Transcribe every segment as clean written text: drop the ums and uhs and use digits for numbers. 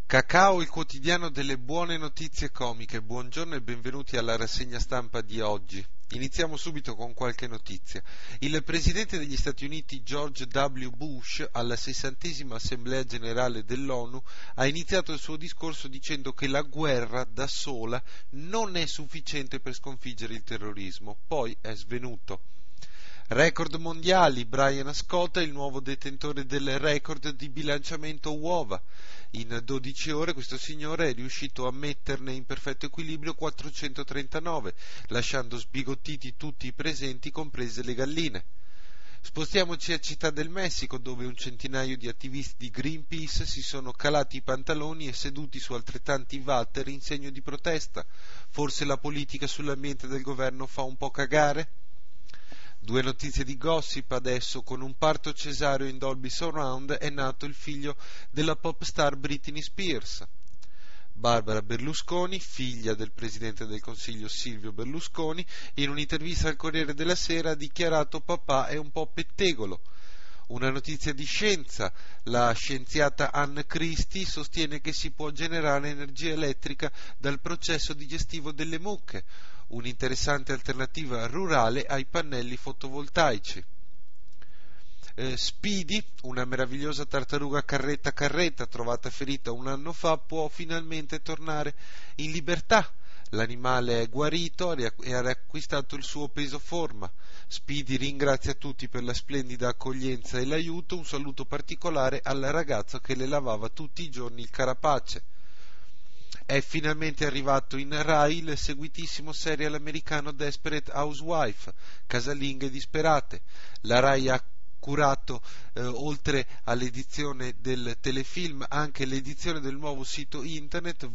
Cacao, il quotidiano delle buone notizie comiche. Buongiorno e benvenuti alla rassegna stampa di oggi. Iniziamo subito con qualche notizia. Il presidente degli Stati Uniti George W. Bush, alla 60ª Assemblea Generale dell'ONU, ha iniziato il suo discorso dicendo che la guerra da sola non è sufficiente per sconfiggere il terrorismo. Poi è svenuto. Record mondiali, Brian Scott è il nuovo detentore del record di bilanciamento uova. In 12 ore questo signore è riuscito a metterne in perfetto equilibrio 439, lasciando sbigottiti tutti i presenti, comprese le galline. Spostiamoci a Città del Messico, dove un centinaio di attivisti di Greenpeace si sono calati i pantaloni e seduti su altrettanti water in segno di protesta. Forse la politica sull'ambiente del governo fa un po' cagare? Due notizie di gossip adesso. Con un parto cesareo in Dolby Surround è nato il figlio della pop star Britney Spears. Barbara Berlusconi, figlia del presidente del Consiglio Silvio Berlusconi, in un'intervista al Corriere della Sera ha dichiarato: papà è un po' pettegolo. Una notizia di scienza: la scienziata Anne Christie sostiene che si può generare energia elettrica dal processo digestivo delle mucche, un'interessante alternativa rurale ai pannelli fotovoltaici. Speedy, una meravigliosa tartaruga carretta trovata ferita un anno fa, può finalmente tornare in libertà. L'animale è guarito e ha riacquistato il suo peso forma. Speedy ringrazia tutti per la splendida accoglienza e l'aiuto. Un saluto particolare al ragazzo che le lavava tutti i giorni il carapace. È finalmente arrivato in Rai il seguitissimo serial americano Desperate Housewife, casalinghe disperate. La Rai ha curato, oltre all'edizione del telefilm, anche l'edizione del nuovo sito internet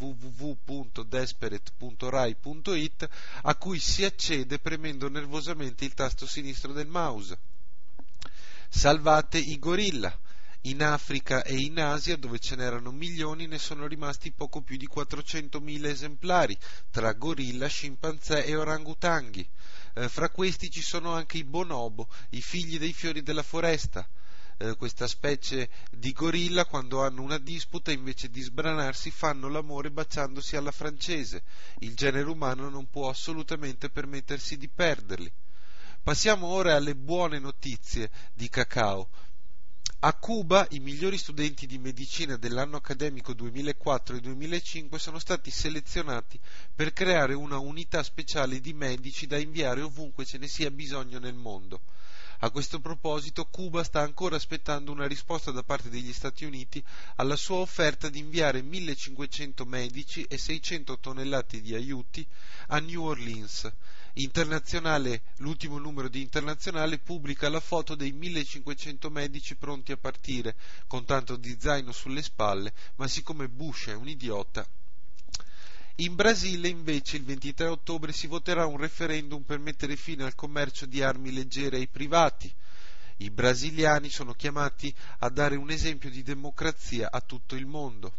www.desperate.rai.it, a cui si accede premendo nervosamente il tasto sinistro del mouse. Salvate i gorilla. In Africa e in Asia, dove ce n'erano milioni, ne sono rimasti poco più di 400.000 esemplari, tra gorilla, scimpanzé e orangutanghi. Fra questi ci sono anche i bonobo, i figli dei fiori della foresta. Questa specie di gorilla, quando hanno una disputa, invece di sbranarsi, fanno l'amore baciandosi alla francese. Il genere umano non può assolutamente permettersi di perderli. Passiamo ora alle buone notizie di Cacao. A Cuba i migliori studenti di medicina dell'anno accademico 2004 e 2005 sono stati selezionati per creare una unità speciale di medici da inviare ovunque ce ne sia bisogno nel mondo. A questo proposito, Cuba sta ancora aspettando una risposta da parte degli Stati Uniti alla sua offerta di inviare 1500 medici e 600 tonnellate di aiuti a New Orleans. L'ultimo numero di Internazionale pubblica la foto dei 1500 medici pronti a partire, con tanto di zaino sulle spalle, ma siccome Bush è un idiota. In Brasile, invece, il 23 ottobre si voterà un referendum per mettere fine al commercio di armi leggere ai privati. I brasiliani sono chiamati a dare un esempio di democrazia a tutto il mondo.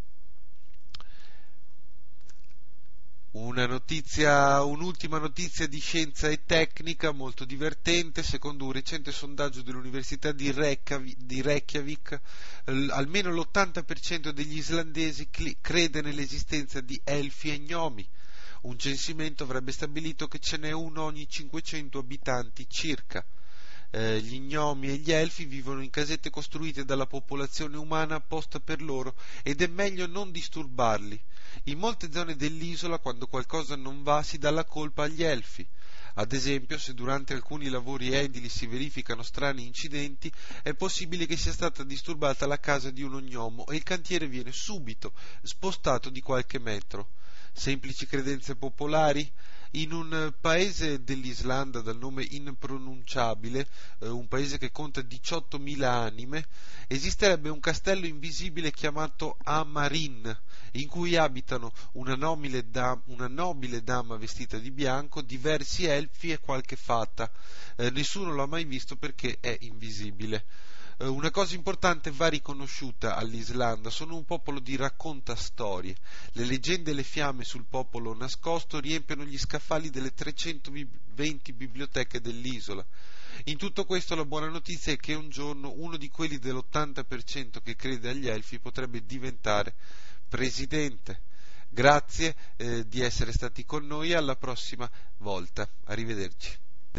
Un'ultima notizia di scienza e tecnica molto divertente. Secondo un recente sondaggio dell'Università di Reykjavik, almeno l'80% degli islandesi crede nell'esistenza di elfi e gnomi. Un censimento avrebbe stabilito che ce n'è uno ogni 500 abitanti circa. Gli gnomi e gli elfi vivono in casette costruite dalla popolazione umana apposta per loro ed è meglio non disturbarli. In molte zone dell'isola, quando qualcosa non va, si dà la colpa agli elfi. Ad esempio, se durante alcuni lavori edili si verificano strani incidenti, è possibile che sia stata disturbata la casa di uno gnomo e il cantiere viene subito spostato di qualche metro. Semplici credenze popolari? In un paese dell'Islanda dal nome impronunciabile, un paese che conta 18.000 anime, esisterebbe un castello invisibile chiamato Amarin, in cui abitano una nobile dama vestita di bianco, diversi elfi e qualche fata. Nessuno l'ha mai visto perché è invisibile. Una cosa importante va riconosciuta all'Islanda: sono un popolo di raccontastorie. Le leggende e le fiamme sul popolo nascosto riempiono gli scaffali delle 320 biblioteche dell'isola. In tutto questo la buona notizia è che un giorno uno di quelli dell'80% che crede agli elfi potrebbe diventare presidente. Grazie di essere stati con noi, alla prossima volta. Arrivederci.